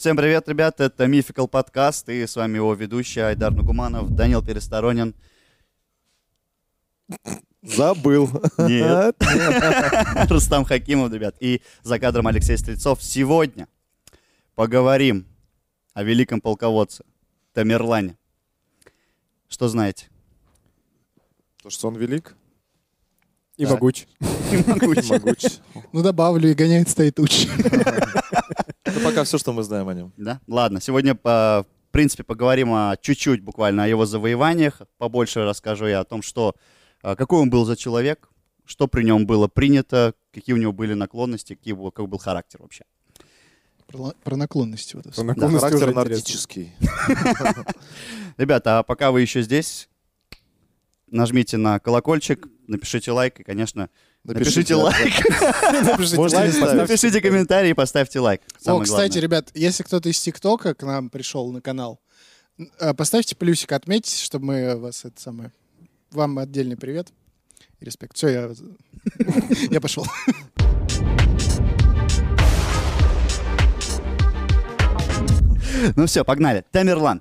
Всем привет, ребят, это Mythical подкаст, и с вами его ведущий Айдар Нугуманов, Данил Пересторонин. Забыл. Нет. Рустам Хакимов, ребят, и за кадром Алексей Стрельцов. Сегодня поговорим о великом полководце Тамерлане. Что знаете? То, что он велик и могуч. могуч. Ну, добавлю, и гоняет стоит уч. Это пока все, что мы знаем о нем. Да? Ладно, сегодня, в принципе, поговорим чуть-чуть буквально о его завоеваниях. Побольше расскажу я о том, какой он был за человек, что при нем было принято, какие у него были наклонности, какой был характер вообще. Про наклонности. Вот Про наклонности характер уже нордический. Ребята, а пока вы еще здесь, нажмите на колокольчик, напишите лайк и, конечно, напишите лайк. Напишите комментарий и поставьте лайк. Кстати, ребят, если кто-то из ТикТока к нам пришел на канал, поставьте плюсик, отметьте, чтобы мы вас вам отдельный привет и респект. Все, я пошел. Ну все, погнали. Тамерлан.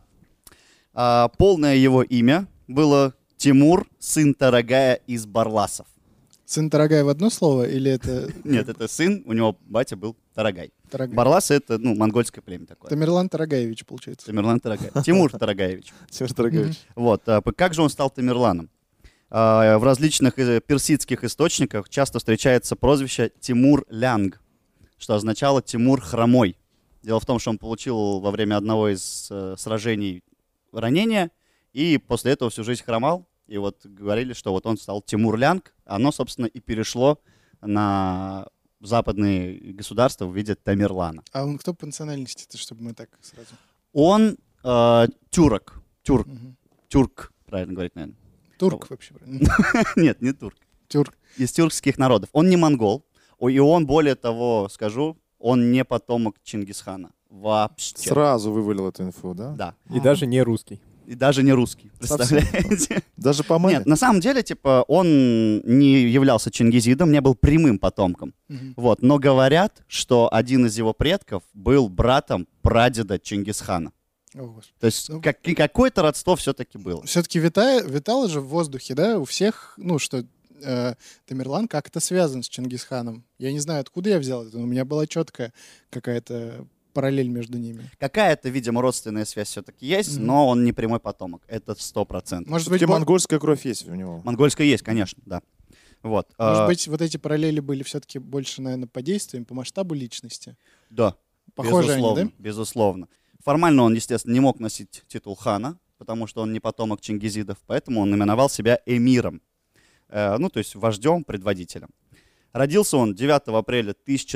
Полное его имя было Тимур, сын Тарагая из Барласов. Сын Тарагая в одно слово или это... Нет, это сын, у него батя был Тарагай. Тарагай. Барласы — это, монгольское племя такое. Тамерлан Тарагаевич, получается. Тамерлан Тарагай. Тимур Тарагаевич. Тимур Тарагаевич. Вот. Как же он стал Тамерланом? В различных персидских источниках часто встречается прозвище Тимур-Лянг, что означало Тимур Хромой. Дело в том, что он получил во время одного из сражений ранение, и после этого всю жизнь хромал. И вот говорили, что вот он стал Тимур-Лянг. Оно, собственно, и перешло на западные государства в виде Тамерлана. А он кто по национальности-то, чтобы мы так сразу... Он тюрок. Тюрк, правильно говорить, наверное. Турк вообще, правильно? Нет, не турк. Тюрк. Из тюркских народов. Он не монгол. И он, более того, скажу, он не потомок Чингисхана. Вообще. Сразу вывалил эту инфу, да? Да. И даже не русский. И даже не русский. Представляете? Даже по маме? Нет, на самом деле, он не являлся чингизидом, не был прямым потомком. Вот. Но говорят, что один из его предков был братом прадеда Чингисхана. То есть какое-то родство все-таки было. Все-таки витало же в воздухе, да, у всех, что Тамерлан как-то связан с Чингисханом. Я не знаю, откуда я взял это, но у меня была четкая какая-то параллель между ними. Какая-то, видимо, родственная связь все-таки есть, но он не прямой потомок. Это 100%. Может быть, монгольская кровь есть у него. Монгольская есть, конечно, да. Вот. Может быть, вот эти параллели были все-таки больше, наверное, по действиям, по масштабу личности? Да. Похожи безусловно, они, да? Безусловно. Формально он, естественно, не мог носить титул хана, потому что он не потомок чингизидов, поэтому он именовал себя эмиром, то есть вождем, предводителем. Родился он 9 апреля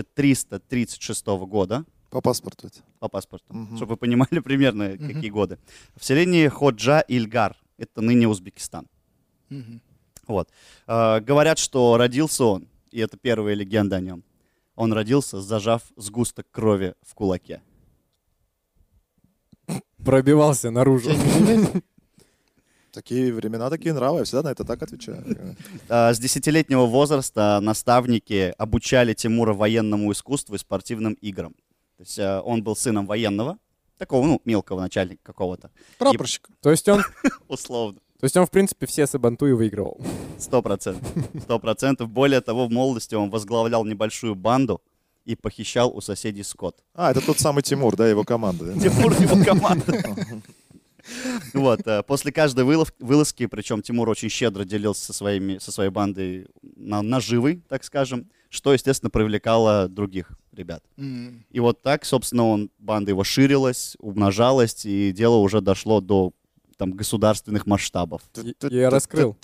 1336 года. По паспорту это. По паспорту, чтобы вы понимали примерно, какие годы. В селении Ходжа-Ильгар, это ныне Узбекистан. Вот. Говорят, что родился он, и это первая легенда о нем, он родился, зажав сгусток крови в кулаке. Пробивался наружу. Такие времена, такие нравы. Я всегда на это так отвечаю. С 10-летнего возраста наставники обучали Тимура военному искусству и спортивным играм. То есть он был сыном военного, такого, мелкого начальника какого-то. Прапорщик. То есть он, Условно. в принципе, все сабантуи выигрывал. 100%. 100%. Более того, в молодости он возглавлял небольшую банду и похищал у соседей скот. Это тот самый Тимур, да, его команда. Тимур, его команда. Вот. После каждой вылазки, причем Тимур очень щедро делился со своей бандой наживой, так скажем, что, естественно, привлекало других ребят. И вот так, собственно, банда его ширилась, умножалась, и дело уже дошло до государственных масштабов. Я раскрыл.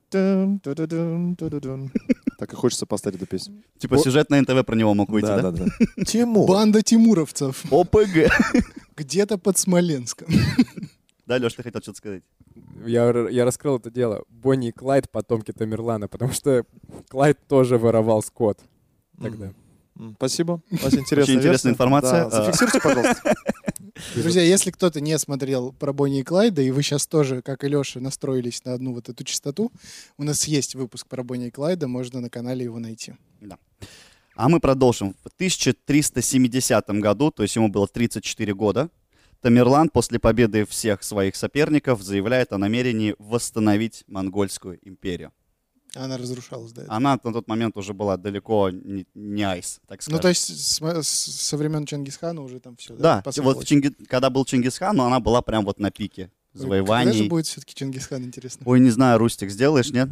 Так и хочется поставить эту песню. Типа сюжет на НТВ про него мог выйти, да? Да. Тимур. Банда тимуровцев. ОПГ. Где-то под Смоленском. Да, Леш, ты хотел что-то сказать? Я раскрыл это дело. Бонни и Клайд — потомки Тамерлана, потому что Клайд тоже воровал скот тогда. Спасибо. Очень Очень интересная информация. Да, зафиксируйте, пожалуйста. Друзья, если кто-то не смотрел про Бонни и Клайда, и вы сейчас тоже, как и Леша, настроились на одну вот эту частоту, у нас есть выпуск про Бонни и Клайда, можно на канале его найти. Да. А мы продолжим. В 1370 году, то есть ему было 34 года, Тамерлан после победы всех своих соперников заявляет о намерении восстановить Монгольскую империю. Она разрушалась, да. Она на тот момент уже была далеко не айс, так скажем. Ну, то есть со времен Чингисхана уже там все, Да, вот посыпалось. когда был Чингисхан, она была прям вот на пике Ой, когда же завоеваний. будет все-таки Чингисхан, интересно? Ой, не знаю, Рустик, сделаешь, нет?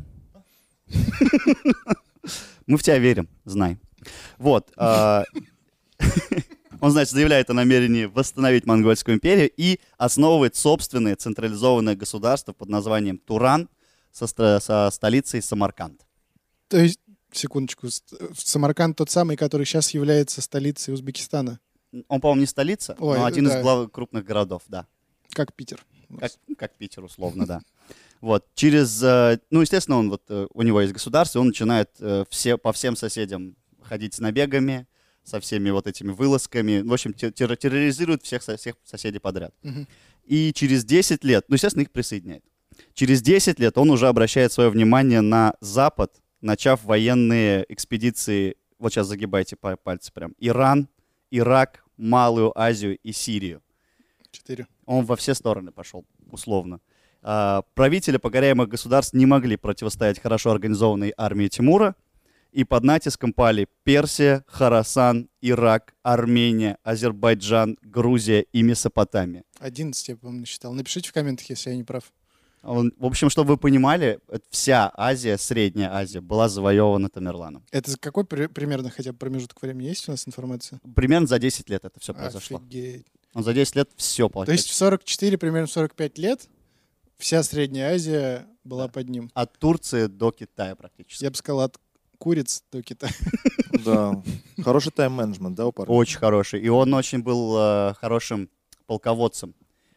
Мы в тебя верим, знай. Вот. Он, значит, заявляет о намерении восстановить Монгольскую империю и основывает собственное централизованное государство под названием Туран со столицей Самарканд. То есть, секундочку, Самарканд тот самый, который сейчас является столицей Узбекистана, Он, по-моему, не столица, Ой, но один да. из крупных городов, да. как Питер. Как Питер, условно, да. Вот, ну, естественно, у него есть государство, и он начинает по всем соседям ходить с набегами, со всеми вот этими вылазками, в общем, терроризирует всех соседей подряд. Мгм. И через 10 лет, ну, естественно, их присоединяет. Через 10 лет он уже обращает свое внимание на Запад, начав военные экспедиции, вот сейчас загибайте пальцы прям, Иран, Ирак, Малую Азию и Сирию. 4. Он во все стороны пошел, условно. Правители покоряемых государств не могли противостоять хорошо организованной армии Тимура, и под натиском пали Персия, Хорасан, Ирак, Армения, Азербайджан, Грузия и Месопотамия. 11, я, по-моему, насчитал. Напишите в комментах, если я не прав. В общем, чтобы вы понимали, вся Азия, Средняя Азия, была завоевана Тамерланом. Это какой примерно хотя бы промежуток времени есть у нас информация? Примерно за 10 лет это все произошло. Офигеть. Он за 10 лет все То есть в 44, примерно 45 лет вся Средняя Азия была под ним. От Турции до Китая практически. Я бы сказал, от куриц до Китая. Да. Хороший тайм-менеджмент, да, у парня? Очень хороший. И он очень был хорошим полководцем.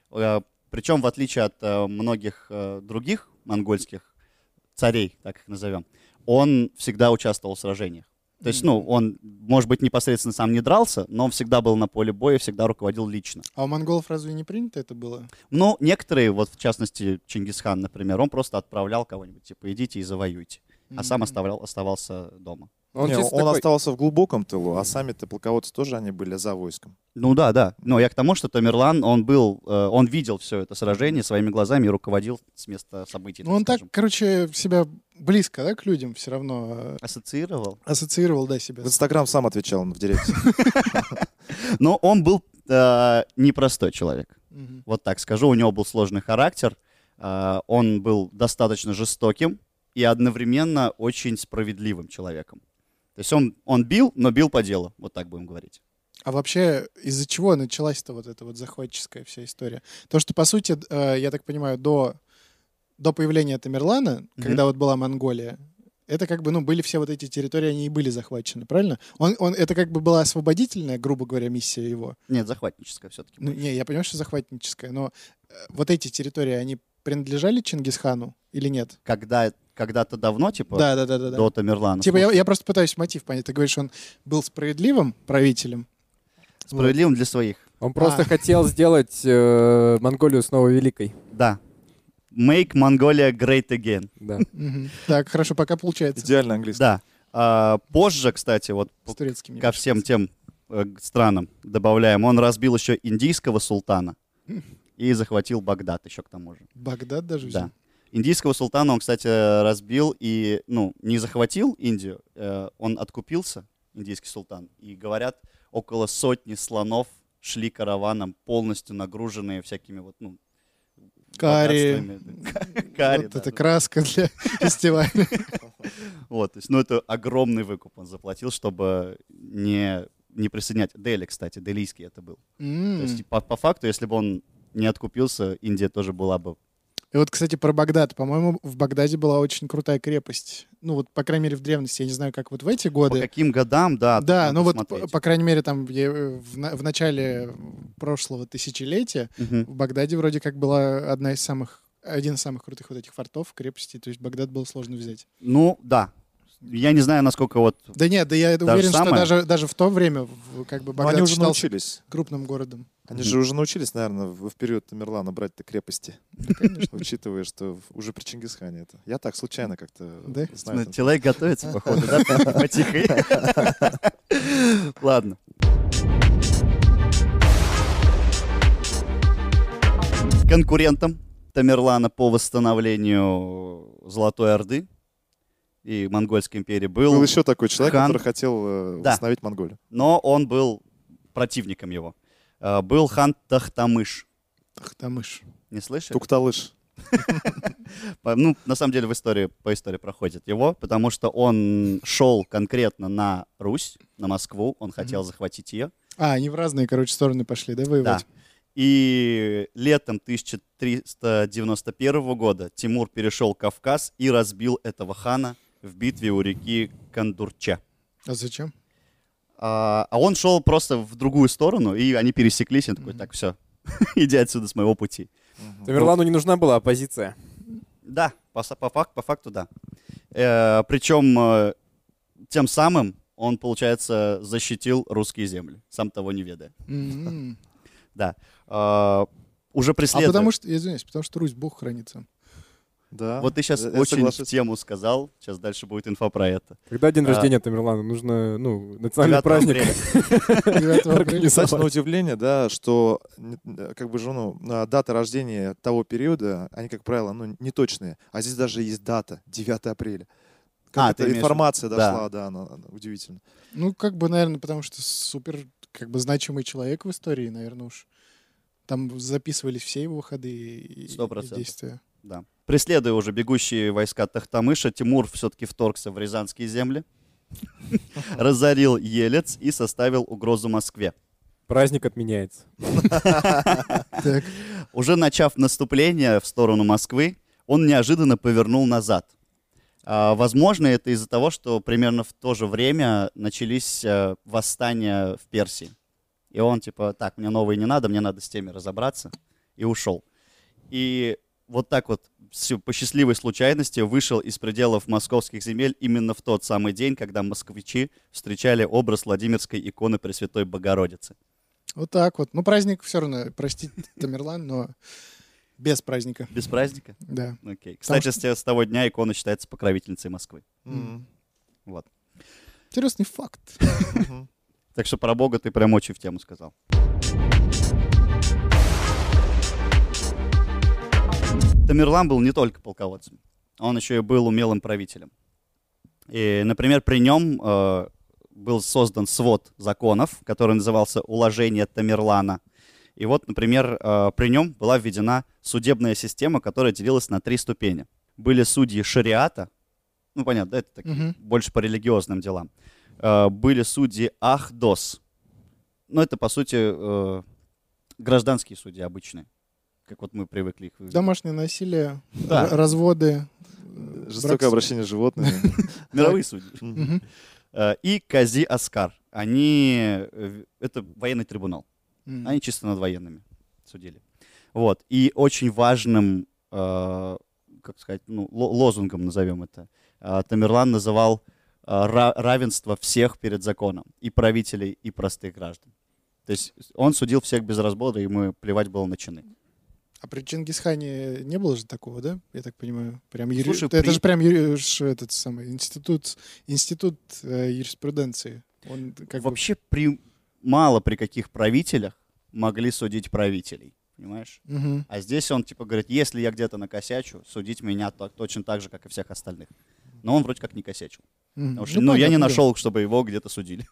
Причем, в отличие от многих других монгольских царей, так их назовем, он всегда участвовал в сражениях. То есть, ну, он, может быть, непосредственно сам не дрался, но он всегда был на поле боя, всегда руководил лично. А у монголов разве не принято это было? Ну, некоторые, вот в частности Чингисхан, например, он просто отправлял кого-нибудь, типа, идите и завоюйте. А сам оставался дома. Он Не, чисто он такой- оставался в глубоком тылу, а сами-то полководцы тоже они были за войском. Ну да, да. Но я к тому, что Тамерлан, он видел все это сражение своими глазами и руководил с места событий, Ну, он так, скажем. короче, себя близко, да, к людям все равно Ассоциировал. ассоциировал, да, себя. В Инстаграм сам отвечал в директе. Но он был непростой человек. Мгм. Вот так скажу. У него был сложный характер. Он был достаточно жестоким и одновременно очень справедливым человеком. То есть он бил, но бил по делу. Вот так будем говорить. А вообще, из-за чего началась-то вот эта вот захватческая вся история? То, что, по сути, я так понимаю, до появления Тамерлана, когда вот была Монголия, это как бы, ну, были все вот эти территории, они и были захвачены, правильно? Это как бы была освободительная, грубо говоря, миссия его. Нет, захватническое все-таки. Ну, не, я понимаю, что захватническая, но вот эти территории, они принадлежали Чингисхану или нет? Когда-то давно, типа, Да. до Тамерлана. Типа, Слушай, я просто пытаюсь мотив понять. Ты говоришь, он был справедливым правителем? справедливым для своих. Он просто А. хотел сделать Монголию снова великой. Да. Make Mongolia great again. Да. Мгм. Так, хорошо, пока получается. Идеально английский. Да. Позже, кстати, вот С турецким. не ко всем тем странам добавляем, он разбил еще индийского султана и захватил Багдад еще к тому же. Багдад даже взял? Да. Индийского султана он, кстати, разбил и, ну, не захватил Индию, он откупился, индийский султан, и, говорят, около сотни слонов шли караваном, полностью нагруженные всякими вот, ну, Карри. богатствами. Карри, Вот да, это да. краска для фестиваля. Вот, то есть, ну, это огромный выкуп он заплатил, чтобы не присоединять. Дели, кстати, делийский это был. То есть, по факту, если бы он не откупился, Индия тоже была бы... И вот, кстати, про Багдад. По-моему, в Багдаде была очень крутая крепость. Ну, вот, по крайней мере, в древности. Я не знаю, как вот в эти По годы. каким годам, да. Да, надо ну вот, смотреть. по крайней мере, там в начале прошлого тысячелетия Мгм. в Багдаде вроде как была один из самых крутых вот этих фортов, крепостей. То есть Багдад было сложно взять. Ну, да. Я не знаю, насколько вот... Да нет, да я же уверен, что самое. даже в то время как бы Но они Багдад уже считался научились. крупным городом. Они же уже научились, наверное, в период Тамерлана брать-то крепости. Да, конечно. Учитывая, что уже при Чингисхане это. Я так случайно как-то Да? знаю. эту Человек готовится, походу, да? Потихо. Ладно. Конкурентом Тамерлана по восстановлению Золотой Орды и Монгольской империи Был еще такой человек, хан. который хотел Да. восстановить Монголию. но он был противником его. Был хан Тахтамыш. Тахтамыш. Не слышали? Тукталыш. Ну, на самом деле, по истории проходит его, потому что он шел конкретно на Русь, на Москву, он хотел захватить ее. Они в разные, короче, стороны пошли, да, Да. воевать? И летом 1391 года Тимур перешел Кавказ и разбил этого хана в битве у реки Кандурча. А зачем? А он шел просто в другую сторону, и они пересеклись, и он такой, так, все, иди отсюда с моего пути. Тамерлану не нужна была оппозиция. Да, по факту, да. Причем тем самым он, получается, защитил русские земли, сам того не ведая. М. Да. Уже А преследуя... потому что, извиняюсь, потому что Русь Бог хранит сам. Да. Вот ты сейчас Я очень соглашусь. в тему сказал, сейчас дальше будет инфа про это. Когда день А. рождения Тамерлана? Нужно, национальный 9 праздник. апреля. 9 апреля. организовать. Кстати, на удивление, да, что как бы дата рождения того периода, они, как правило, неточные. А здесь даже есть дата, 9 апреля. Как ты эта имеешь в виду? информация Да. дошла, да, она удивительно. Ну, как бы, наверное, потому что супер, как бы, значимый человек в истории, наверное, уж. Там записывались все его ходы и 100%. действия. Да. Преследуя уже бегущие войска Тахтамыша, Тимур все-таки вторгся в Рязанские земли, разорил Елец и составил угрозу Москве. Праздник отменяется. Так. Уже начав наступление в сторону Москвы, он неожиданно повернул назад. Возможно, это из-за того, что примерно в то же время начались восстания в Персии. И он типа, так, мне новые не надо, мне надо с теми разобраться. И ушел. И вот так вот по счастливой случайности вышел из пределов московских земель именно в тот самый день, когда москвичи встречали образ Владимирской иконы Пресвятой Богородицы. Вот так вот. Ну, праздник все равно, простите, Тамерлан, но без праздника. Без праздника? Да. Окей. Кстати, с того дня икона считается покровительницей Москвы. Мгм. Вот. Интересный факт. Мгм. Так что про Бога ты прям очень в тему сказал. Тамерлан был не только полководцем, он еще и был умелым правителем. И, например, при нем был создан свод законов, который назывался «Уложение Тамерлана». И вот, например, при нем была введена судебная система, которая делилась на 3 ступени. Были судьи шариата, ну, понятно, да, это такие, Мгм. больше по религиозным делам. Были судьи Ахдос, ну, это, по сути, гражданские судьи обычные, как вот мы привыкли их видеть. Домашнее насилие, Да. разводы. Жестокое брак- обращение с животными. Мировые судьи. Мгм. И Кази Аскар. Это военный трибунал. М. Они чисто над военными судили. Вот. И очень важным, как сказать, лозунгом назовем это, Тамерлан называл равенство всех перед законом. И правителей, и простых граждан. То есть он судил всех без разбора, и ему плевать было на чины. А при Чингисхане не было же такого, да? Я так понимаю. Прям Слушай, Это при- же прям этот самый институт юриспруденции. Он как бы... Вообще мало при каких правителях могли судить правителей. Понимаешь? Мгм. А здесь он типа говорит, если я где-то накосячу, судить меня точно так же, как и всех остальных. Но он вроде как не косячил. Мгм. Потому что, я не понятно, да. нашел, чтобы его где-то судили.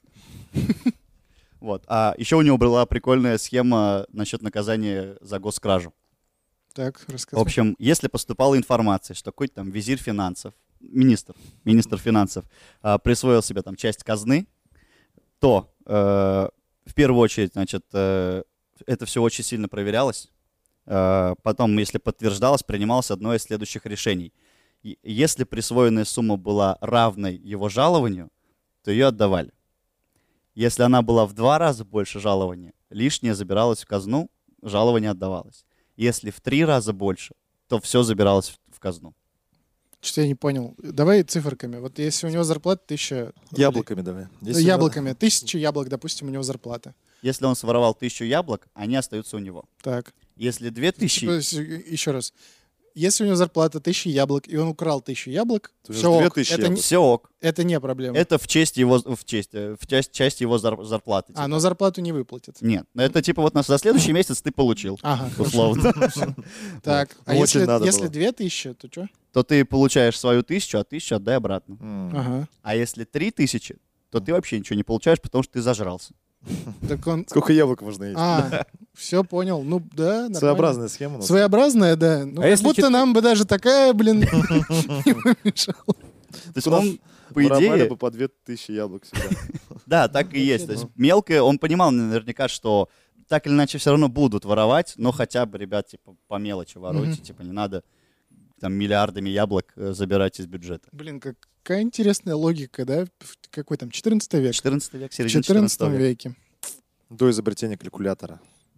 Вот. А еще у него была прикольная схема насчет наказания за госкражу. Так, В рассказывай. общем, если поступала информация, что какой-то там визирь финансов, министр финансов присвоил себе там часть казны, то в первую очередь, значит, это все очень сильно проверялось. Потом, если подтверждалось, принималось одно из следующих решений. Если присвоенная сумма была равной его жалованию, то ее отдавали. Если она была в 2 раза больше жалования, лишнее забиралось в казну, жалование отдавалось. Если в 3 раза больше, то все забиралось в казну. Что-то я не понял. Давай циферками. Вот если у него зарплата 1000 рублей. Яблоками давай. Если Яблоками. 1000 яблок, допустим, у него зарплата. Если он своровал 1000 яблок, они остаются у него. Так. Если 2000, Еще раз. Если у него зарплата 1000 яблок, и он украл 1000 яблок, То все есть ок. 2000 Это, яблок. не, все ок. это не проблема. Это в часть его зарплаты. А, типа. но зарплату не выплатят. Нет, это типа вот за следующий месяц ты получил, Ага, хорошо. условно. Так, а Очень надо если было. 2000, то что? То ты получаешь свою 1000, а 1000 отдай обратно. Ага. А если 3000, то ты вообще ничего не получаешь, потому что ты зажрался. Так он... Сколько яблок можно есть? А, все понял. Ну, да, нормально. Своеобразная схема. у нас. Своеобразная, да. Ну, А как если будто нам бы даже такая, блин, не помешала. То есть У нас он, по Воровали идее, бы по 2000 яблок всегда. да, так и есть. То есть мелкое, он понимал наверняка, что так или иначе все равно будут воровать, но хотя бы, ребят, типа, по мелочи воруйте, типа, не надо там миллиардами яблок забирать из бюджета. Блин, какая интересная логика, да? Какой там, 14 век? 14 век, В середина 14 14 века. веке. До изобретения калькулятора.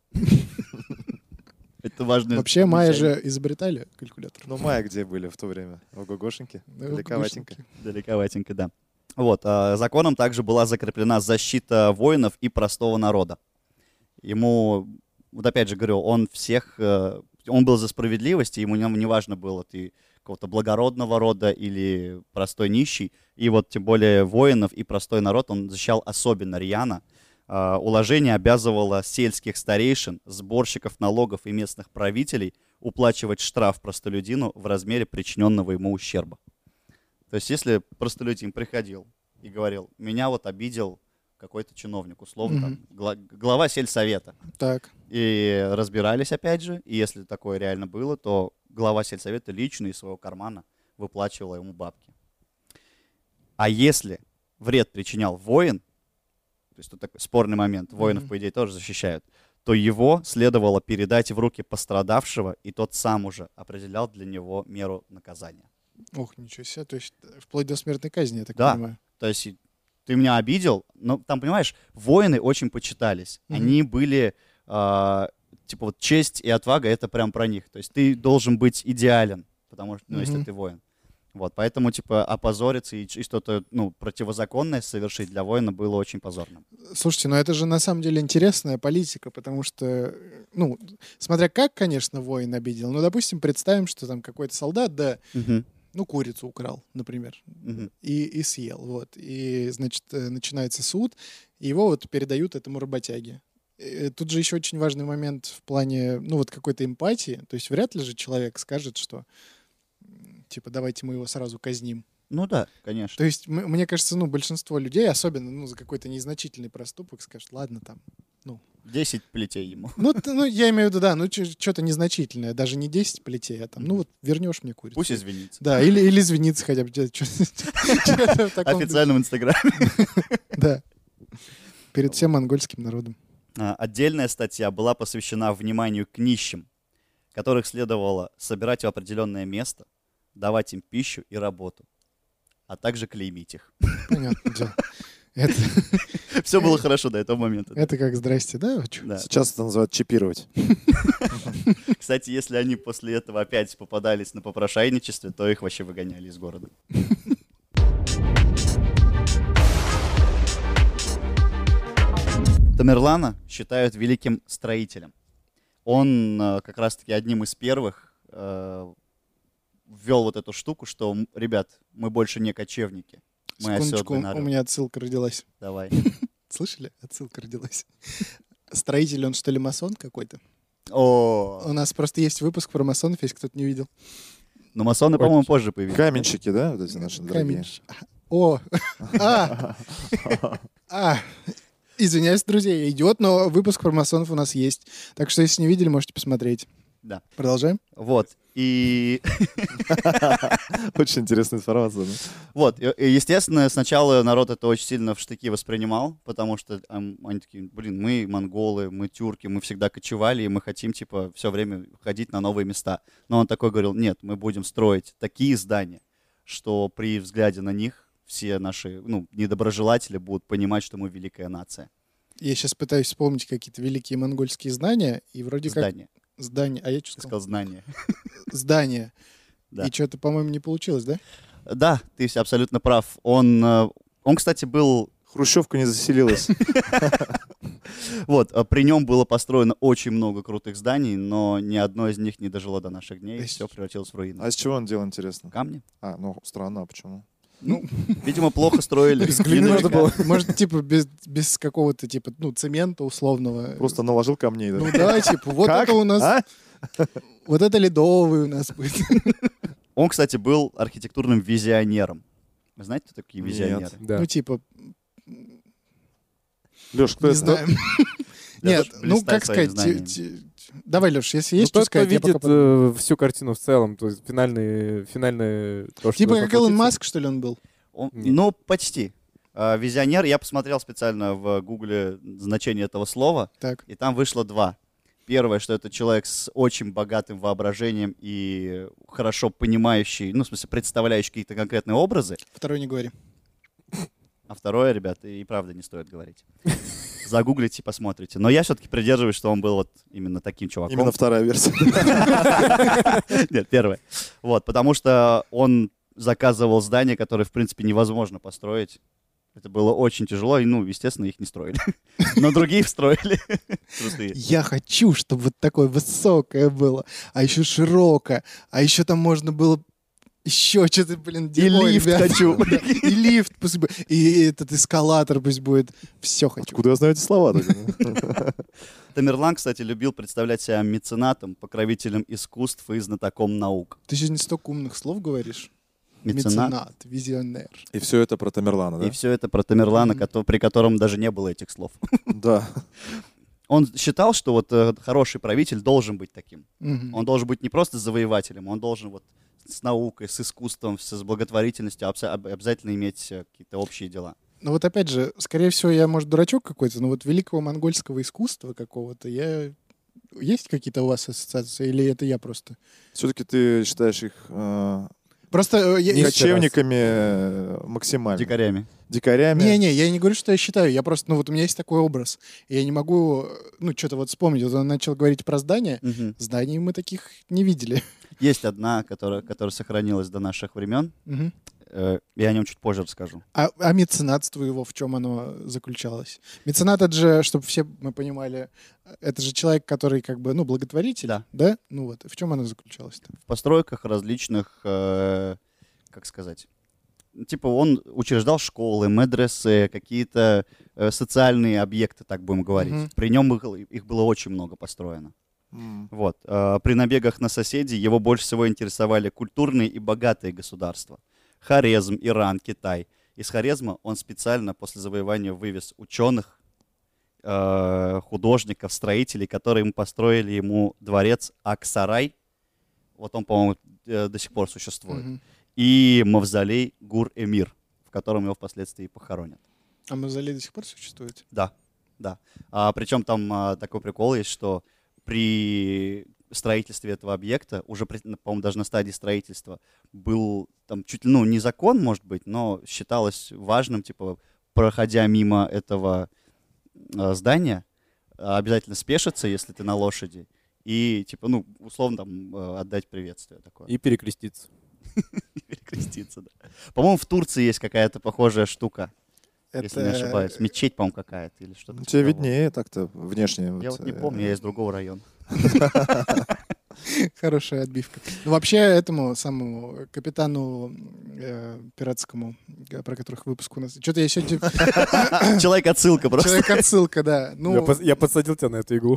Это важно. Вообще майя замечание. же изобретали калькулятор. Ну, майя где были в то время? Ого-гошеньки? Да, Далековатенько. Далековатенько, да. Вот, законом также была закреплена защита воинов и простого народа. Ему, вот опять же говорю, он был за справедливость, и ему не важно было, ты какого-то благородного рода или простой нищий. И вот тем более воинов и простой народ он защищал особенно рьяно. Уложение обязывало сельских старейшин, сборщиков налогов и местных правителей уплачивать штраф простолюдину в размере причиненного ему ущерба. То есть если простолюдин приходил и говорил, меня вот обидел какой-то чиновник, условно, там, глава сельсовета, Так. и разбирались опять же, и если такое реально было, то глава сельсовета лично из своего кармана выплачивала ему бабки. А если вред причинял воин, то есть тут такой спорный момент, воинов, по идее, тоже защищают, то его следовало передать в руки пострадавшего, и тот сам уже определял для него меру наказания. Ох, ничего себе. То есть вплоть до смертной казни, я так Да. понимаю. То есть ты меня обидел, но там, понимаешь, воины очень почитались. Они были, типа вот честь и отвага, это прям про них. То есть ты должен быть идеален, потому что, если ты воин. Вот, поэтому, типа, опозориться и что-то, противозаконное совершить для воина было очень позорным. Слушайте, ну это же на самом деле интересная политика, потому что, смотря как, конечно, воин обидел, но, допустим, представим, что там какой-то солдат, да, курицу украл, например, и съел, вот. И, значит, начинается суд, и его вот передают этому работяге. Тут же еще очень важный момент в плане, какой-то эмпатии. То есть вряд ли же человек скажет, что, типа, давайте мы его сразу казним. Ну да, конечно. То есть, мне кажется, большинство людей, особенно, за какой-то незначительный проступок, скажут, ладно, там, 10 плетей ему. Я имею в виду, да, что-то незначительное, даже не 10 плетей, а там, вернешь мне курицу. Пусть извинится. Да, или извиниться хотя бы. В официальном инстаграме. Да. Перед всем монгольским народом. Отдельная статья была посвящена вниманию к нищим, которых следовало собирать в определенное место, давать им пищу и работу, а также клеймить их. Понятно, да. Все было хорошо до этого момента. Это как здрасте, да? Да. Сейчас это называют чипировать. Кстати, если они после этого опять попадались на попрошайничестве, то их вообще выгоняли из города. Тамерлана считают великим строителем. Он как раз-таки одним из первых ввел вот эту штуку, что, ребят, мы больше не кочевники. Мы Секундочку, оседлый народ. у меня отсылка родилась. Давай. Слышали? Отсылка родилась. Строитель, он что ли масон какой-то? О, У нас просто есть выпуск про масонов, если кто-то не видел. но масоны, по-моему, позже появились. Каменщики, да, вот эти наши дорогие? Камень. О! Извиняюсь, друзья, идет, но выпуск про масонов у нас есть. Так что, если не видели, можете посмотреть. Да. Продолжаем. Вот. И Очень интересная информация. да? вот, и, естественно, сначала народ это очень сильно в штыки воспринимал, потому что они такие, блин, мы монголы, мы тюрки, мы всегда кочевали, и мы хотим, типа, все время ходить на новые места. Но он такой говорил, нет, мы будем строить такие здания, что при взгляде на них все наши, недоброжелатели будут понимать, что мы великая нация. Я сейчас пытаюсь вспомнить какие-то великие монгольские знания, и вроде Здание. как... Здания. А я что Ты сказал? сказал знание. Здания. Да. И что-то, по-моему, не получилось, да? Да, ты абсолютно прав. Он, кстати, был... Хрущевка не заселилась. Вот, при нем было построено очень много крутых зданий, но ни одно из них не дожило до наших дней, и все превратилось в руины. А из чего он делал, интересно? Камни? Ну, странно, а почему? Ну, видимо, плохо строили. Из глины надо было. Может, типа, без какого-то, типа, ну, цемента условного. Просто наложил камней, да? Ну да, типа, вот Как? это у нас... А? Вот это ледовый у нас будет. Он, кстати, был архитектурным визионером. Вы знаете, кто такие Нет. визионеры? Да. Ну, типа, Леш, кто не это? знаем. Я Нет, тоже ну, блистаю как своими сказать... знаниями. Давай, Леш, если Ну, есть что тот, кто сказать, я видит пока... всю картину в целом, то есть финальное то, что Типа должно как Илон случиться. Маск, что ли, он был? Нет. Ну, почти. Визионер, я посмотрел специально в Гугле значение этого слова, Так. и там вышло два. Первое, что это человек с очень богатым воображением и хорошо понимающий, ну, в смысле, представляющий какие-то конкретные образы. Второй не говори. А второе, ребята, и правда не стоит говорить. Загуглите и посмотрите. Но я все-таки придерживаюсь, что он был вот именно таким чуваком. Именно вторая версия. Нет, первое. Вот, потому что он заказывал здания, которые, в принципе, невозможно построить. Это было очень тяжело, и, ну, естественно, их не строили. Но другие строили. Крутые. Я хочу, чтобы вот такое высокое было, а еще широкое, а еще там можно было еще что-то, блин, И лифт хочу. Да, и лифт пусть будет, и этот эскалатор пусть будет. Все хочу. Откуда я знаю эти слова? Тамерлан, кстати, любил представлять себя меценатом, покровителем искусств и знатоком наук. Ты сегодня столько умных слов говоришь. Меценат. Визионер. И все это про Тамерлана, И да? все это про Тамерлана, Мгм. при котором даже не было этих слов. Да. Он считал, что вот хороший правитель должен быть таким. Мгм. Он должен быть не просто завоевателем, он должен вот с наукой, с искусством, с благотворительностью обязательно иметь какие-то общие дела. Ну вот опять же, скорее всего, я, может, дурачок какой-то, но вот великого монгольского искусства какого-то Есть какие-то у вас ассоциации, или это я просто? Все-таки ты считаешь их Просто Не кочевниками максимально. Дикарями. Дикарями. Не-не, я не говорю, что я считаю. Я просто, ну вот у меня есть такой образ. И я не могу, ну, что-то вот вспомнить. Вот он начал говорить про здания. Мгм. Зданий мы таких не видели. Есть одна, которая сохранилась до наших времен. Мгм. Я о нем чуть позже расскажу. А меценатство его, в чем оно заключалось? Меценат, это же, чтобы все мы понимали, это же человек, который как бы, ну, благотворитель, Да. Ну вот, в чем оно заключалось-то? В постройках различных, как сказать, типа он учреждал школы, медресе, какие-то социальные объекты, так будем говорить. Мгм. При нем их было очень много построено. Вот. При набегах на соседей его больше всего интересовали культурные и богатые государства. Хорезм, Иран, Китай. Из Хорезма он специально после завоевания вывез ученых, художников, строителей, которые построили ему дворец Аксарай. Вот он, по-моему, до сих пор существует. Мгм. И мавзолей Гур-Эмир, в котором его впоследствии похоронят. А мавзолей до сих пор существует? Да, да. Причем там такой прикол есть, что при строительстве этого объекта, уже, по-моему, даже на стадии строительства, был там чуть ли, ну, не закон, может быть, но считалось важным, типа, проходя мимо этого здания, обязательно спешиться, если ты на лошади, и, типа, ну, условно, там, отдать приветствие такое. И перекреститься. Перекреститься, да. По-моему, в Турции есть какая-то похожая штука, если не ошибаюсь. Мечеть, по-моему, какая-то или что-то. Ну, типа тебе того. виднее так-то внешне. Я вот не помню, я из другого района. Хорошая отбивка. Ну, вообще, этому самому капитану пиратскому, про которых выпуск у нас... Что-то я сегодня... Человек-отсылка просто. Человек-отсылка, да. Ну, Я подсадил тебя на эту иглу.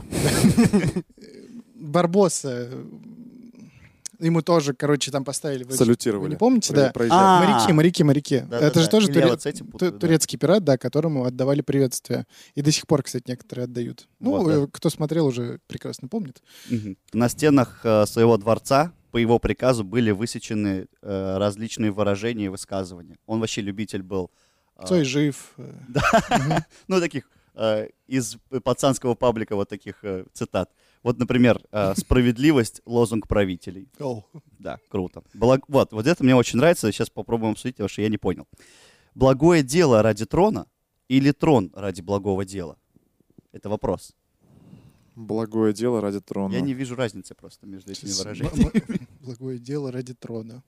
Барбосса, ему тоже, короче, там поставили... Вы Салютировали. не помните, да? Проезжали. Моряки. Да-да-да. Это же тоже Или я вот с этим путаю, да. турецкий пират, да, которому отдавали приветствие. И до сих пор, кстати, некоторые отдают. Ну, Вот, да. кто смотрел, уже прекрасно помнит. Мгм. На стенах своего дворца по его приказу были высечены различные выражения и высказывания. Он вообще любитель был. Цой жив. Ну, таких из пацанского паблика вот таких цитат. Вот, например, «Справедливость — лозунг правителей». Да, круто. Вот это мне очень нравится. Сейчас попробуем обсудить, потому что я не понял. Благое дело ради трона или трон ради благого дела? Это вопрос. Благое дело ради трона. Я не вижу разницы просто между этими выражениями. Благое дело ради трона.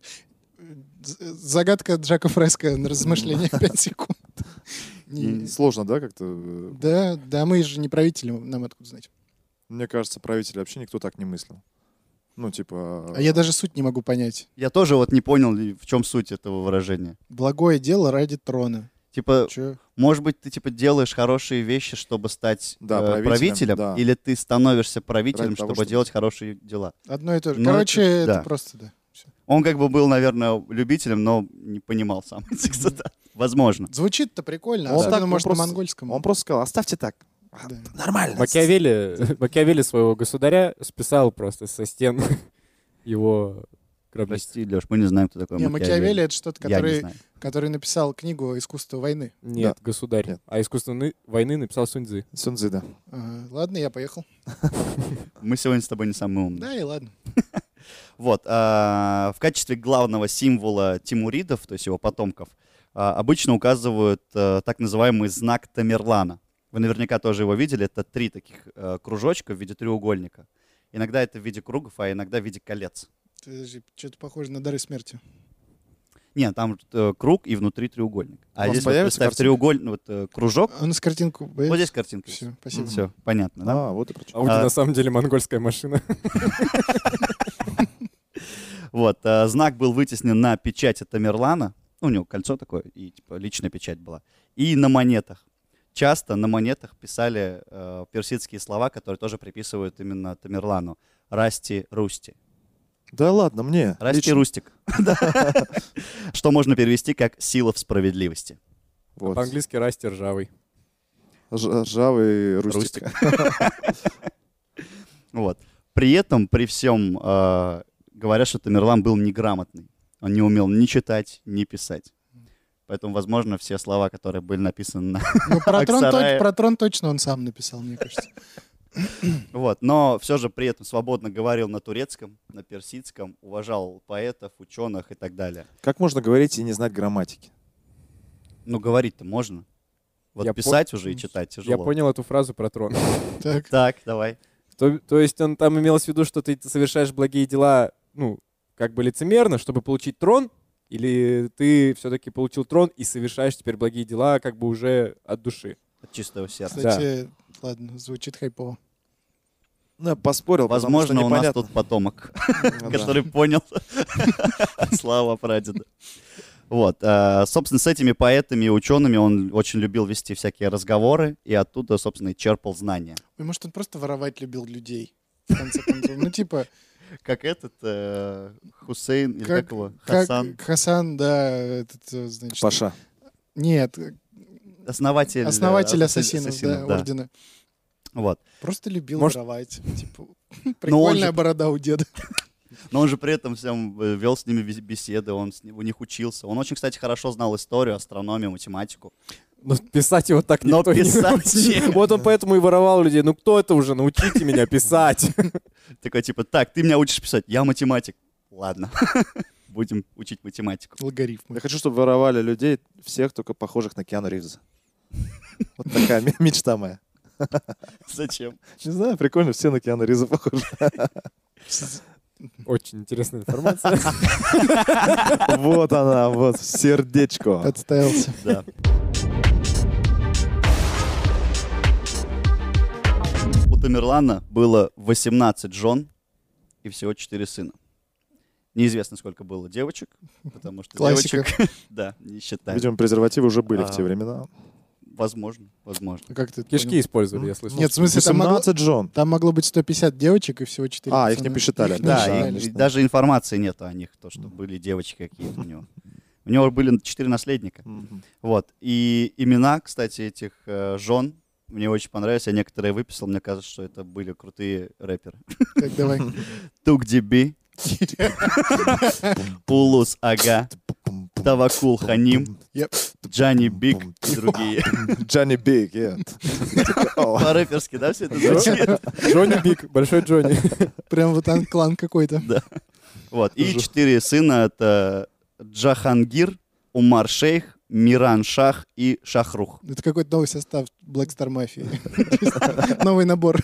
Загадка Джака Фреско на размышлениях 5 секунд. Сложно, да, как-то? Да, мы же не правители, нам откуда знать. Мне кажется, правители вообще никто так не мыслил. Ну, типа... А я даже суть не могу понять. Я тоже вот не понял, в чем суть этого выражения. Благое дело ради трона. Типа, Чё? может быть, ты типа делаешь хорошие вещи, чтобы стать правителем, да. или ты становишься правителем, Ради того, чтобы чтобы- делать хорошие дела. Одно и то же. Ну, Короче, это- это да. просто, да. Всё. Он как бы был, наверное, любителем, но не понимал сам этих цитат. Возможно. Звучит-то прикольно, Он особенно, так, он может, просто- на монгольском. Он просто сказал, оставьте так. Да. Нормально. Макиавелли своего государя списал просто со стен его гробницы. Прости, Леш, мы не знаем, кто такой Не, Макиавелли — это что-то, Я не знаю. который написал книгу «Искусство войны». Нет, государь. Нет. А искусство войны написал Сунь-Цзы. Сунь-Цзы, да. Ага, ладно, я поехал. Мы сегодня с тобой не самые умные. Да, и ладно. Вот. В качестве главного символа тимуридов, то есть его потомков, обычно указывают так называемый знак Тамерлана. Вы наверняка тоже его видели. Это 3 таких кружочка в виде треугольника. Иногда это в виде кругов, а иногда в виде колец. Подожди, что-то похоже на дары смерти. Нет, там круг и внутри треугольник. У А вас здесь вот появится представь картинка? треугольник, кружок. А у нас картинку Вот появится? здесь картинка. Все, спасибо. Все, понятно, да? Вот и прочее. Ауди на самом деле монгольская машина. Вот, знак был вытеснен на печати Тамерлана. У него кольцо такое, и типа личная печать была. И на монетах. Часто на монетах писали персидские слова, которые тоже приписывают именно Тамерлану. Расти, Русти. Да ладно, мне. Расти, лично. Рустик. Да. Что можно перевести как «сила в справедливости». Вот. По-английски расти ржавый. Ржавый рустик. Вот. При этом, при всем, говорят, что Тамерлан был неграмотный. Он не умел ни читать, ни писать. Поэтому, возможно, все слова, которые были написаны на... Ну, Аксарая. про трон точно он сам написал, мне кажется. Вот. Но все же при этом свободно говорил на турецком, на персидском, уважал поэтов, ученых и так далее. Как можно говорить и не знать грамматики? Ну, говорить-то можно. Вот Я писать уже и читать Я тяжело. понял эту фразу про трон. Так, Так, давай. То есть он там имелось в виду, что ты совершаешь благие дела, ну, как бы лицемерно, чтобы получить трон, или ты все-таки получил трон и совершаешь теперь благие дела как бы уже от души? От чистого сердца. кстати, ладно, звучит хайпово. Ну, я поспорил, потому Возможно, что у нас непонятно. тут потомок, Да. который понял слава прадеда. Вот. Собственно, с этими поэтами и учеными он очень любил вести всякие разговоры, и оттуда, собственно, и черпал знания. Ой, может, он просто воровать любил людей, в конце концов. Ну, типа, Как этот Хусейн, или как его? как Хасан, Хасан, да, этот, значит... Паша. Нет, основатель ассасинов, да, да. ордена. Вот. Просто любил Может- воровать. Типа, он прикольная же- борода у деда. Но он же при этом всем вел с ними беседы, он у них учился. Он очень, кстати, хорошо знал историю, астрономию, математику. Но писать его так Но никто не писать научил. чем? Вот он поэтому и воровал людей. Ну кто это уже? Научите меня писать. Такой типа, так, ты меня учишь писать, я математик. Ладно, будем учить математику. Логарифмы. Я хочу, чтобы воровали людей всех, только похожих на Киану Ривза. Вот такая мечта моя. Зачем? Не знаю, прикольно, все на Киану Ривза похожи. Очень интересная информация. Вот она, вот, сердечко. Отставился. Да. У Тамерлана было 18 жен и всего 4 сына. Неизвестно, сколько было девочек, потому что Классика. девочек, да, не считают. Видимо, презервативы уже были в А. те времена. Возможно. А как ты это Кишки понял? использовали, я слышал. Нет, в смысле, там могло, 18 жен. там могло быть 150 девочек и всего 4 А, их не посчитали, Их не Да, считали. и даже информации нет о них, то, что были девочки какие-то у него. У него были 4 наследника. Мгм. Вот. И имена, кстати, этих жен мне очень понравились. Я некоторые выписал. Мне кажется, что это были крутые рэперы. Так, давай. Тук-Диби, Пулус Ага, Тавакул Ханим, Yep. Джани Биг и другие. Джонни Биг, yeah. О, По-рэперски, да, все это звучит? Джонни Биг, большой Джонни. Прям вот клан какой-то. Вот. И 4 сына — это Джахангир, Умар Шейх, Миран-Шах и Шахрух. Это какой-то новый состав Black Star Mafia. Новый набор.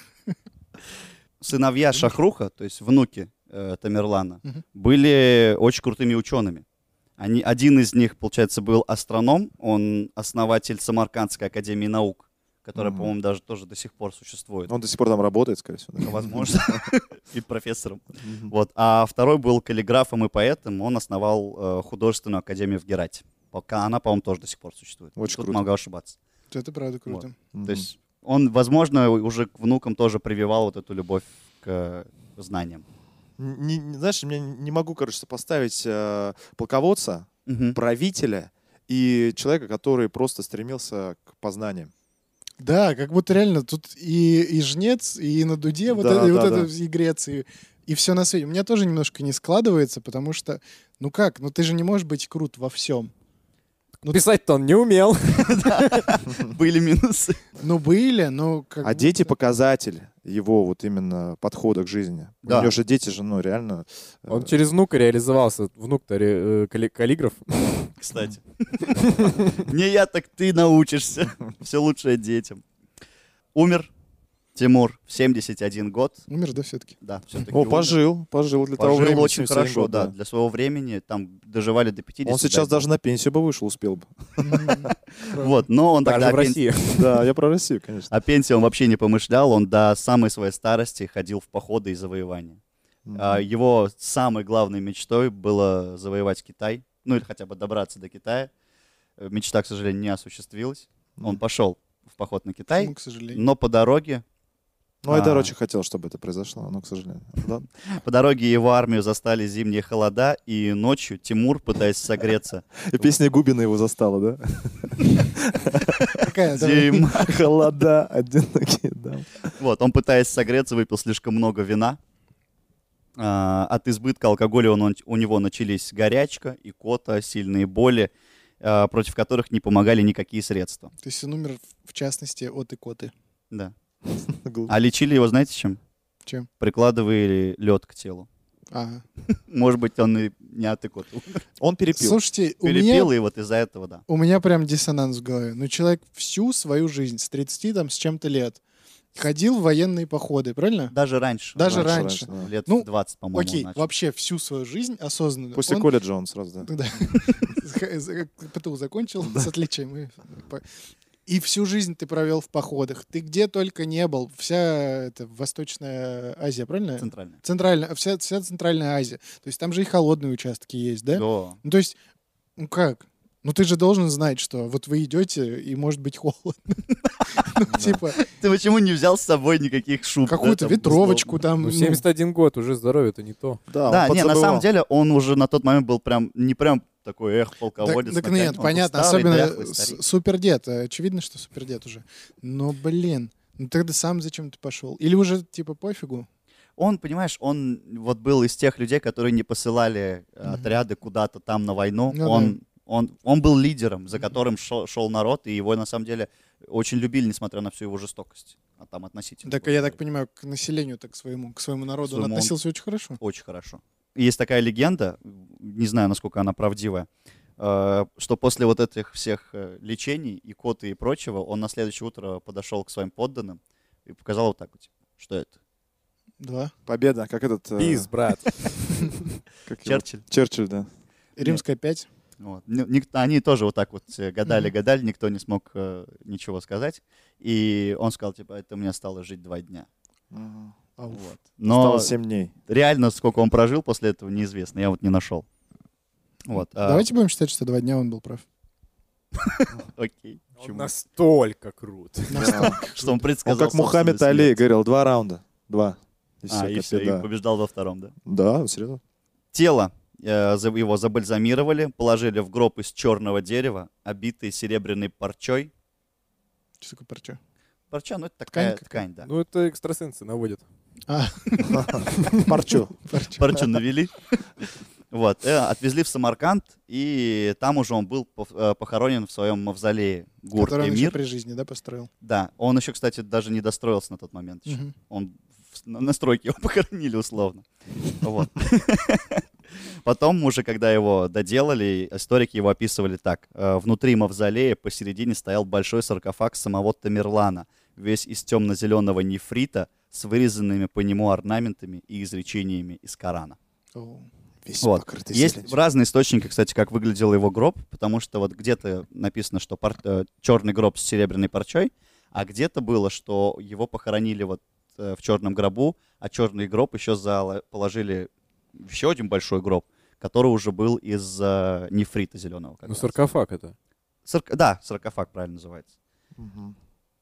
Сыновья Шахруха, то есть внуки Тамерлана, Мгм. были очень крутыми учеными. Один из них, получается, был астроном, он основатель Самаркандской академии наук, которая, Мгм. по-моему, даже тоже до сих пор существует. Он до сих пор там работает, скорее всего. да? Возможно, и профессором. Мгм. Вот. А второй был каллиграфом и поэтом, он основал художественную академию в Герате. Пока она, по-моему, тоже до сих пор существует. Очень Тут круто. могу ошибаться. Это правда круто. Мгм. То есть он, возможно, уже к внукам тоже прививал вот эту любовь к знаниям. Знаешь, я не могу, короче, сопоставить полководца, Мгм. правителя и человека, который просто стремился к познаниям. Да, как будто реально тут и жнец, и на дуде, вот Да, это, и вот да, это, да. и Греции, и все на свете. У меня тоже немножко не складывается, потому что, ну как, ну ты же не можешь быть крут во всем. Ну, Писать-то он не умел. Были минусы. Ну были, но как А дети — будто- показатель его вот именно подхода к жизни. Да. У него же дети же, ну, реально... Он через внука реализовался. Внук-то каллиграф. Кстати. Не я, так ты научишься. Все лучшее детям. Умер Тимур в 71 год. Умер, да, все-таки? Да, все-таки О, пожил для того Пожил времени. очень 77 хорошо, год, да. Для своего времени там доживали до 50. Он сейчас да. даже на пенсию бы вышел, успел бы. Вот, но он Даже тогда в России. Да, я про Россию, конечно. о пенсии он вообще не помышлял. Он до самой своей старости ходил в походы и завоевания. Его самой главной мечтой было завоевать Китай. Ну или хотя бы добраться до Китая. Мечта, к сожалению, не осуществилась. Он пошел в поход на Китай, Почему, к сожалению? но по дороге Ну, Айдар очень хотел, чтобы это произошло, но, к сожалению. Да? По дороге его армию застали зимние холода, и ночью Тимур, пытаясь согреться, И песня Губина его застала, да? Какая? Давай. зима. Холода, одинокие, да. Вот, он, пытаясь согреться, выпил слишком много вина. От избытка алкоголя у него начались горячка, икота, сильные боли, против которых не помогали никакие средства. То есть он умер, в частности, от икоты. Да. Глупо. А лечили его, знаете, чем? Чем? Прикладывали лед к телу. Ага. Может быть, он и не от икоты умер. Он перепил. Слушайте, Перепил, и вот из-за этого, да. у меня прям диссонанс в голове. Ну, человек всю свою жизнь, с 30 там, с чем-то лет, ходил в военные походы, правильно? Даже раньше. Даже раньше, раньше. да. Лет Ну, в 20, по-моему, Окей, он начал. вообще всю свою жизнь осознанно. После Он- колледжа он сразу, да. Да. ПТУ закончил с отличием. И всю жизнь ты провел в походах. Ты где только не был. Вся это Восточная Азия, правильно? Центральный. Центральная, вся Центральная Азия. То есть там же и холодные участки есть, да? Да. Ну, то есть, ну как? Ну ты же должен знать, что вот вы идете, и может быть холодно. Ну, типа, Ты почему не взял с собой никаких шуб? какую-то Да, там, ветровочку условно? там. Ну, ну, 71 год, уже здоровье-то не то. Да, он не, на подзабывал. самом деле он уже на тот момент был прям, не прям такой, полководец. Так на коне. нет, Он был понятно, старый, особенно дряхлый старик. супердед. Очевидно, что супердед уже. Но, блин, ну тогда сам зачем ты пошел? Или уже, типа, пофигу? Он, понимаешь, он вот был из тех людей, которые не посылали отряды куда-то там на войну. Ну Он был лидером, за которым шел народ, и его на самом деле очень любили, несмотря на всю его жестокость. А там относительно. Так я так понимаю, к населению, так к своему народу он Своему он- относился очень хорошо. Очень хорошо. И есть такая легенда, не знаю, насколько она правдивая, что после вот этих всех лечений, икоты и прочего, он на следующее утро подошел к своим подданным и показал вот так вот, типа, что это? Два. Победа, как этот... Пиз, брат. как его? Черчилль. Черчилль, да. Римская 5. Вот. Они тоже вот так вот гадали, никто не смог ничего сказать. И он сказал, типа, это мне стало жить 2 дня. Вот. Но Осталось 7 дней. реально, сколько он прожил после этого, неизвестно. Я вот не нашел. Вот. Давайте будем считать, что 2 дня он был прав. Окей. Он Почему? настолько крут. Что он Он предсказал как Мухаммед собственную Али смерть. говорил, 2 раунда. 2. И А, и все, и побеждал во втором, да? Да, серьезно. Тело его забальзамировали, положили в гроб из черного дерева, обитый серебряной парчой. Что такое парча? Парча, ну это такая Ткань ткань, да. Ну, это экстрасенсы наводят. А, Парчу. парча. Парчу навели. Вот, отвезли в Самарканд, и там уже он был похоронен в своем мавзолее Который он еще Гур-Эмир. при жизни, да, построил? Да, он еще, кстати, даже не достроился на тот момент еще. Мгм. Он на стройке его похоронили условно. Вот. Потом уже, когда его доделали, историки его описывали так. Внутри мавзолея посередине стоял большой саркофаг самого Тамерлана, весь из темно-зеленого нефрита, с вырезанными по нему орнаментами и изречениями из Корана. О, Весь Вот. покрытый Есть зеленью. разные источники, кстати, как выглядел его гроб, потому что вот где-то написано, что черный гроб с серебряной парчой, а где-то было, что его похоронили вот в черном гробу, а черный гроб еще положили в еще один большой гроб, который уже был из нефрита зеленого. как Ну, раз. саркофаг это. Да, саркофаг правильно называется. Мгм.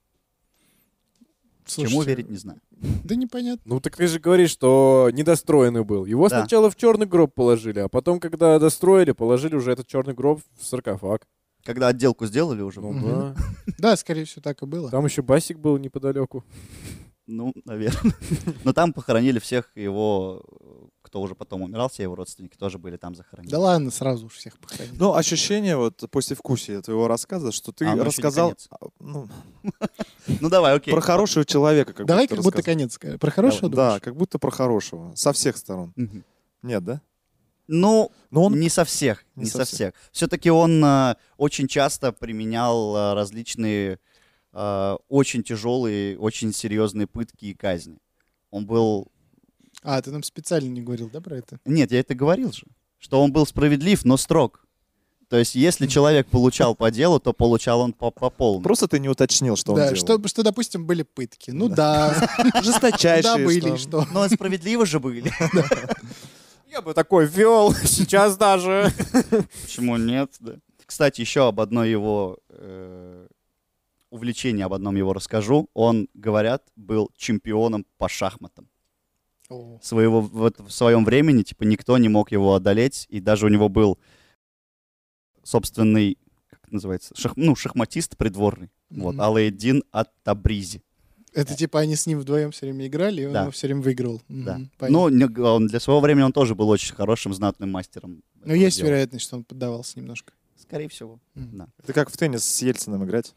Чему слушайте, верить, не знаю. Да непонятно. Ну, так ты же говоришь, что недостроенный был. Его Да. сначала в черный гроб положили, а потом, когда достроили, положили уже этот черный гроб в саркофаг. Когда отделку сделали уже, Ну, Мгм. да. Да, скорее всего, так и было. Там еще басик был неподалеку. ну, наверное. Но там похоронили всех его, кто уже потом умирал, все его родственники тоже были там захоронены. Да ладно, сразу уж всех похоронили. Ну, ощущение вот послевкусия твоего рассказа, что ты А оно еще не рассказал конец. ну, Ну давай, окей. про хорошего человека. Как Давай будто как будто рассказал. конец скажем. Про хорошего Да, думаешь? как будто про хорошего. Со всех сторон. Мгм. Нет, да? Ну, Но он не со всех, Не не со со всех. всех. Все-таки он очень часто применял различные очень тяжелые, очень серьезные пытки и казни. Он был... А, ты нам специально не говорил, да, про это? Нет, я это говорил же, что он был справедлив, но строг. То есть, если человек получал по делу, то получал он по полной. просто ты не уточнил, что он Да, делал. что, допустим, были пытки. Ну да, Жесточайшие. да, были, что- что. Но справедливо же были. Я бы такой вел сейчас даже. Почему нет? Да. Кстати, еще об одной его увлечении, об одном его расскажу. Он, говорят, был чемпионом по шахматам. О, В своем времени, типа, никто не мог его одолеть, и даже у него был собственный, как это называется, шахматист придворный, вот, Мгм. Алаэддин ат-Табризи. Это типа они с ним вдвоем все время играли, и он Да. его все время выигрывал. Мгм, Да. понятно. Ну, он для своего времени он тоже был очень хорошим, знатным мастером. Но этого есть дела. вероятность, что он поддавался немножко. Скорее всего, Мгм. да. Это как в теннис с Ельциным играть.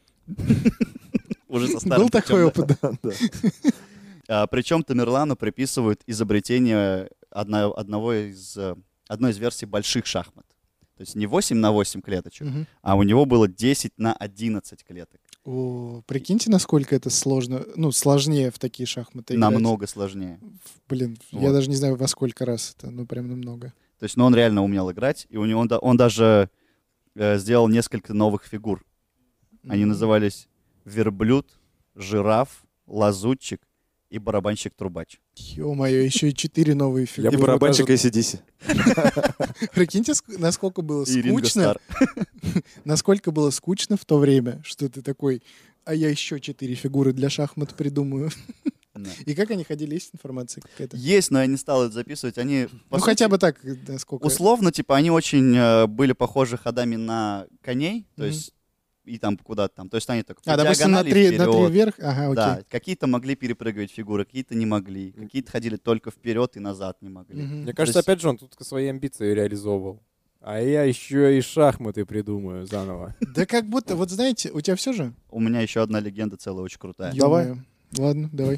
Уже со старым Был такой путем, опыт, да. Да. Причем Тамерлану приписывают изобретение одной из версий больших шахмат. То есть не 8 на 8 клеточек, Мгм. а у него было 10 на 11 клеток. О, прикиньте, насколько это сложно, ну, сложнее в такие шахматы играть. Намного сложнее. Блин, я Вот. даже не знаю, во сколько раз это, ну, прям намного. То есть, ну, он реально умел играть, и у него он даже сделал несколько новых фигур. Они Мгм. назывались верблюд, жираф, лазутчик и барабанщик-трубач. Ё-моё, еще и 4 новые И фигуры. бы барабанщик даже- ACDC. Прикиньте, насколько было И Ринго скучно, Стар. насколько было скучно в то время, что ты такой, а я еще 4 фигуры для шахмат придумаю. Да. И как они ходили, есть информация какая-то? Есть, но я не стал это записывать. Они, по Ну, сути, хотя бы так, насколько... условно, типа, они очень были похожи ходами на коней, то Мгм. есть и там куда-то там. То есть они так по А, допустим, на диагонали 3 вперед. вверх? Ага, окей. Да, какие-то могли перепрыгивать фигуры, какие-то не могли. Какие-то ходили только вперед и назад не могли. Мгм. Мне кажется, То есть- опять же, он тут свои амбиции реализовывал. А я еще и шахматы придумаю заново. Да как будто, вот знаете, у тебя все же? У меня еще одна легенда целая, очень крутая. Давай. Ё-моё. Ладно, давай.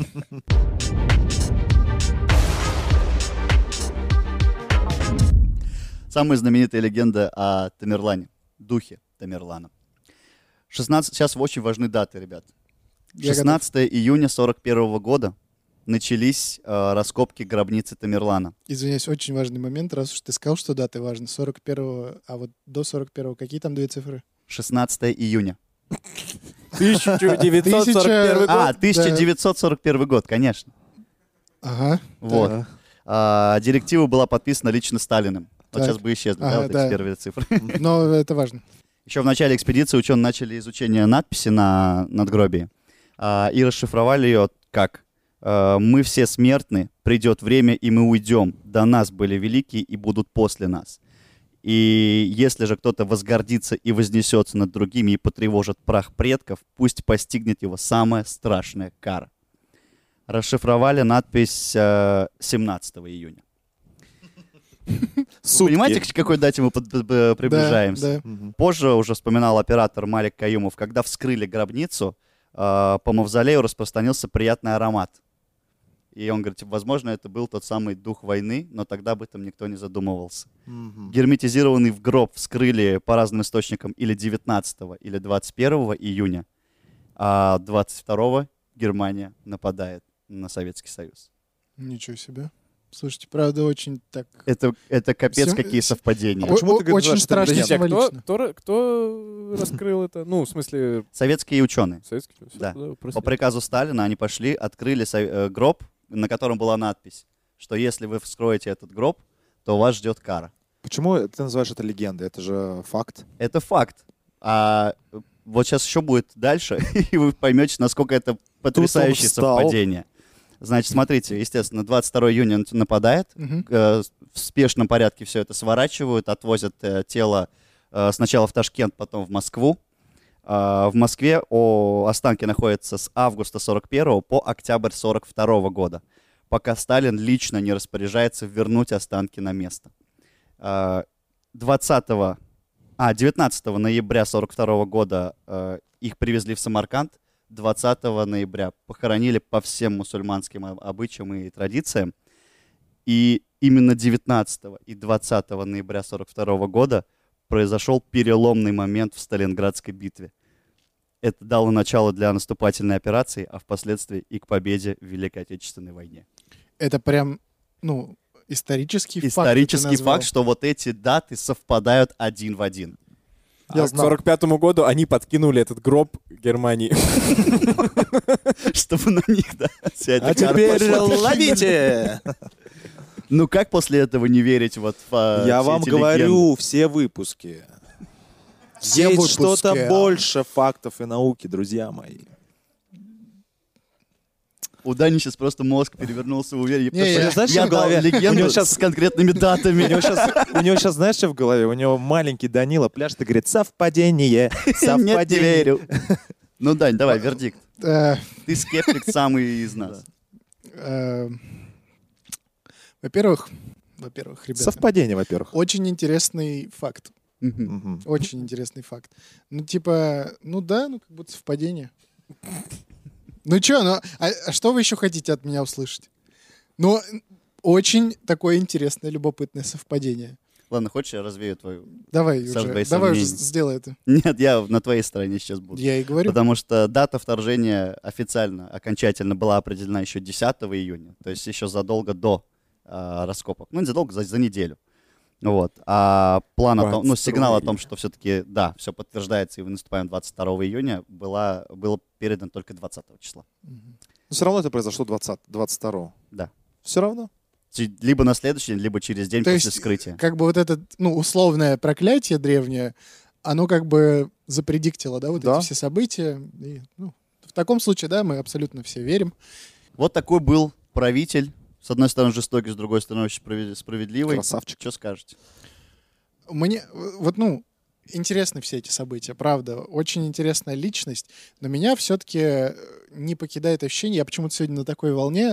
Самая знаменитая легенда о Тамерлане, духе Тамерлана. Сейчас очень важны даты, ребят. Я 16 июня 41 года начались раскопки гробницы Тамерлана. Извиняюсь, очень важный момент, раз уж ты сказал, что даты важны. 41-го, а вот до 41-го, какие там две цифры? 16 июня. 1941 год. А, 1941 год, конечно. Ага. Вот. Да. Директива была подписана лично Сталиным. Вот Так. сейчас бы исчезли, Ага, да, вот да. эти первые цифры. Но это важно. Еще в начале экспедиции ученые начали изучение надписи на надгробии и расшифровали ее как «Мы все смертны, придет время, и мы уйдем. До нас были великие и будут после нас. И если же кто-то возгордится и вознесется над другими и потревожит прах предков, пусть постигнет его самая страшная кара». Расшифровали надпись 17 июня. Вы Сутки. понимаете, к какой дате мы приближаемся? Да, Мгм. Позже уже вспоминал оператор Малик Каюмов, когда вскрыли гробницу, по мавзолею распространился приятный аромат. И он говорит, возможно, это был тот самый дух войны, но тогда об этом никто не задумывался. Мгм. Герметизированный в гроб вскрыли по разным источникам или 19 или 21 июня, а 22 Германия нападает на Советский Союз. Ничего себе. Слушайте, правда, очень так... Это капец, Сим- какие совпадения. А почему ты говоришь, Очень что это страшно Подождите, а символично. кто раскрыл это? Ну, в смысле, Советские ученые. советский? Всё, Да. туда По просто- приказу Сталина они пошли, открыли гроб, на котором была надпись, что если вы вскроете этот гроб, то вас ждет кара. Почему ты называешь это легендой? Это же факт. Это факт. А вот сейчас еще будет дальше, и вы поймете, насколько это потрясающее встал. совпадение. Значит, смотрите, естественно, 22 июня он нападает, Мгм. в спешном порядке все это сворачивают, отвозят тело сначала в Ташкент, потом в Москву. В Москве останки находятся с августа 41 по октябрь 42 года, пока Сталин лично не распоряжается вернуть останки на место. 19 ноября 42 года их привезли в Самарканд, 20 ноября похоронили по всем мусульманским обычаям и традициям. И именно 19 и 20 ноября 42 года произошел переломный момент в Сталинградской битве. Это дало начало для наступательной операции, а впоследствии и к победе в Великой Отечественной войне. Это прям, ну, исторический факт. Исторический ты назвал. факт, что вот эти даты совпадают один в один. Я А к знал. 45-му году они подкинули этот гроб Германии. Чтобы на них, да, вся эта А кара теперь пошла. ловите! Ну как после этого не верить вот в Я все вам эти говорю, все выпуски. Все Есть выпуски. что-то больше фактов и науки, друзья мои. У Дани сейчас просто мозг перевернулся в уверении. Не, я- знаешь, Я что в дал голове? У легенду него щас- с конкретными датами. У него сейчас, знаешь, что в голове? У него маленький Данила пляшет и говорит, совпадение, Нет, не совпадение. верю. Ну, Дань, давай, вердикт. Э, Ты скептик самый из нас. э, Во-первых, ребята, Совпадение, во-первых. очень интересный факт. Мгм. Мгм. Очень интересный факт. Ну, типа, ну да, ну как будто совпадение. Ну чё, ну, а что вы еще хотите от меня услышать? Ну, очень такое интересное, любопытное совпадение. Ладно, хочешь, я развею твою... Давай Сам твои уже, давай уже сомнения. сделай это. Нет, я на твоей стороне сейчас буду. Я и говорю. Потому что дата вторжения официально, окончательно была определена еще 10 июня, то есть еще задолго до раскопок. Ну, не задолго, за неделю. Вот. А план о том, ну, 22 сигнал о том, июня. что все-таки, да, все подтверждается, и мы наступаем 22 июня, было передано только 20 числа. Мгм. Но все равно это произошло 22-го. Да. Все равно. Либо на следующий день, либо через день То после есть, вскрытия. как бы вот это, ну, условное проклятие древнее, оно как бы запредиктило, да, вот Да. эти все события. И, ну, в таком случае, да, мы абсолютно все верим. Вот такой был правитель. С одной стороны жестокий, с другой стороны очень справедливый. Красавчик. Что скажете? Мне, вот, ну, интересны все эти события, правда. Очень интересная личность, но меня все-таки не покидает ощущение, я почему-то сегодня на такой волне,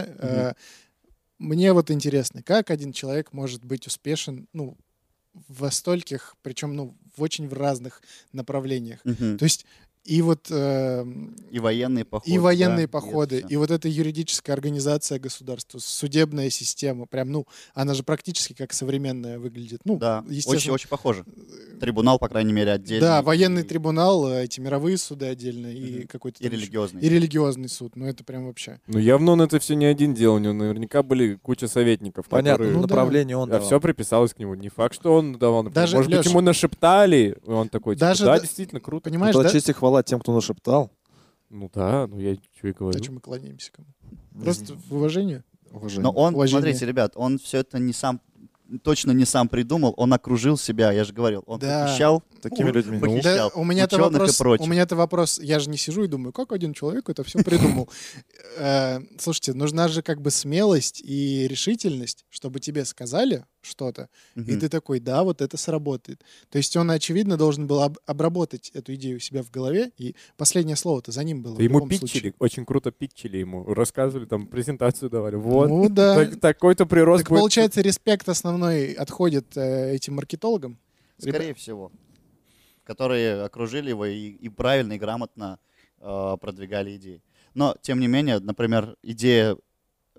мне вот интересно, как один человек может быть успешен, ну, во стольких, причем, ну, в разных направлениях. Мгм. То есть и вот И военные походы. и военные да, походы, это и вот эта юридическая организация государства, судебная система, прям, ну, она же практически как современная выглядит. Ну, да, очень, естественно. очень похоже. Трибунал, по крайней мере, отдельно. Да, военный трибунал, эти мировые суды отдельно и Мгм. какой-то И там ещё- религиозный. и религиозный суд. Ну это прям вообще. Ну, явно он это все не один делал. У него наверняка были куча советников, Понятно, которые... Ну да. направление он А давал. все приписалось к нему. Не факт, что он давал. Например. Даже, Может быть, Лёш, ему нашептали, и он такой, типа, даже да, да- действительно, круто. Понимаешь, Ну, да? честь и хвала тем, кто нашептал. Ну да, ну я что и говорю. Зачем мы клоняемся к кому? Просто в уважение. Уважение. Но он, Уважение. смотрите, ребят, он все это точно не сам придумал, он окружил себя, я же говорил, он Да. похищал. Такими людьми. похищал. Да, у меня-то ученых и вопрос, прочих. у меня-то вопрос, я же не сижу и думаю, как один человек это все придумал. Слушайте, нужна же как бы смелость и решительность, чтобы тебе сказали что-то, и Мгм. ты такой, да, вот это сработает. То есть он, очевидно, должен был обработать эту идею у себя в голове, и последнее слово-то за ним было Да в ему любом питчили, случае. очень круто питчили ему. Рассказывали, там, презентацию давали. Вот, Ну да. такой-то прирост Так будет. получается, респект основной отходит этим маркетологам? Скорее всего. Которые окружили его и правильно, и грамотно продвигали идеи. Но, тем не менее, например, идея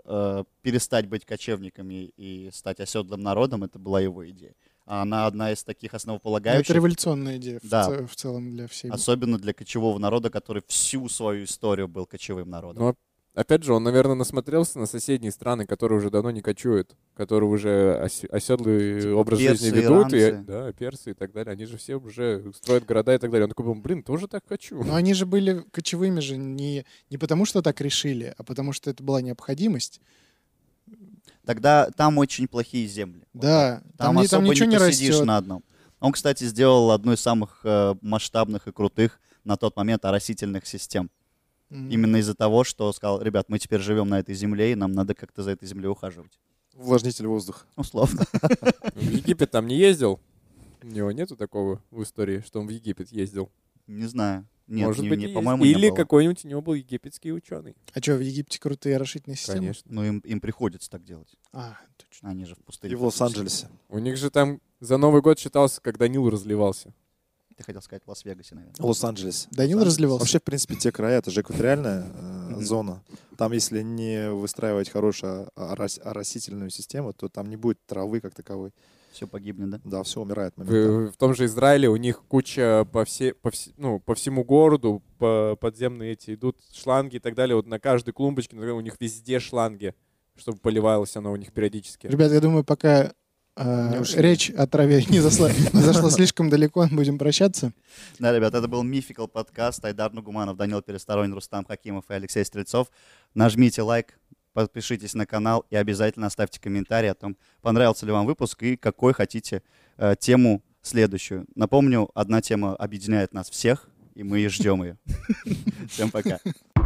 перестать быть кочевниками и стать оседлым народом, это была его идея. А она одна из таких Это основополагающих, революционная идея Да. в целом для всей. особенно для кочевого народа, который всю свою историю был кочевым народом. Но, опять же, он, наверное, насмотрелся на соседние страны, которые уже давно не кочуют, которые уже оседлый Типа образ персы, жизни ведут. иранцы. Да, персы и так далее. Они же все уже строят города и так далее. Он такой, блин, тоже так хочу. Но они же были кочевыми же не потому, что так решили, а потому что это была необходимость. Тогда там очень плохие земли. Вот Да, так. там особо ничего не посидишь растет. на одном. Он, кстати, сделал одну из самых масштабных и крутых на тот момент оросительных систем. Именно из-за того, что сказал, ребят, мы теперь живем на этой земле, и нам надо как-то за этой землей ухаживать. Увлажнитель воздуха. Условно. В Египет там не ездил? У него нету такого в истории, что он в Египет ездил? Не знаю. Нет, Может быть, и есть. по-моему, Или не было. какой-нибудь у него был египетский ученый. А что, в Египте крутые орошительные системы? Конечно. Ну, им приходится так делать. А, точно. Они же в пустыне. И в Лос-Анджелесе. У них же там за Новый год считался, когда Нил разливался. Ты хотел сказать в Лас-Вегасе, наверное. Лос-Анджелес. Данил разливался? Вообще, в принципе, те края, это же экваториальная зона. Там, если не выстраивать хорошую оросительную систему, то там не будет травы как таковой. Все погибнет, да? Да, все умирает моментально. В том же Израиле у них куча по всему городу, подземные эти идут шланги и так далее. Вот на каждой клумбочке, например, у них везде шланги, чтобы поливалось оно у них периодически. Ребят, я думаю, пока ушли. речь о траве не зашла слишком далеко, будем прощаться. Да, ребят, это был Мификал подкаст. Айдар Нугуманов, Данил Пересторонин, Рустам Хакимов и Алексей Стрельцов. Нажмите лайк, подпишитесь на канал и обязательно оставьте комментарий о том, понравился ли вам выпуск и какой хотите тему следующую. Напомню, одна тема объединяет нас всех, и мы ждем ее. Всем пока.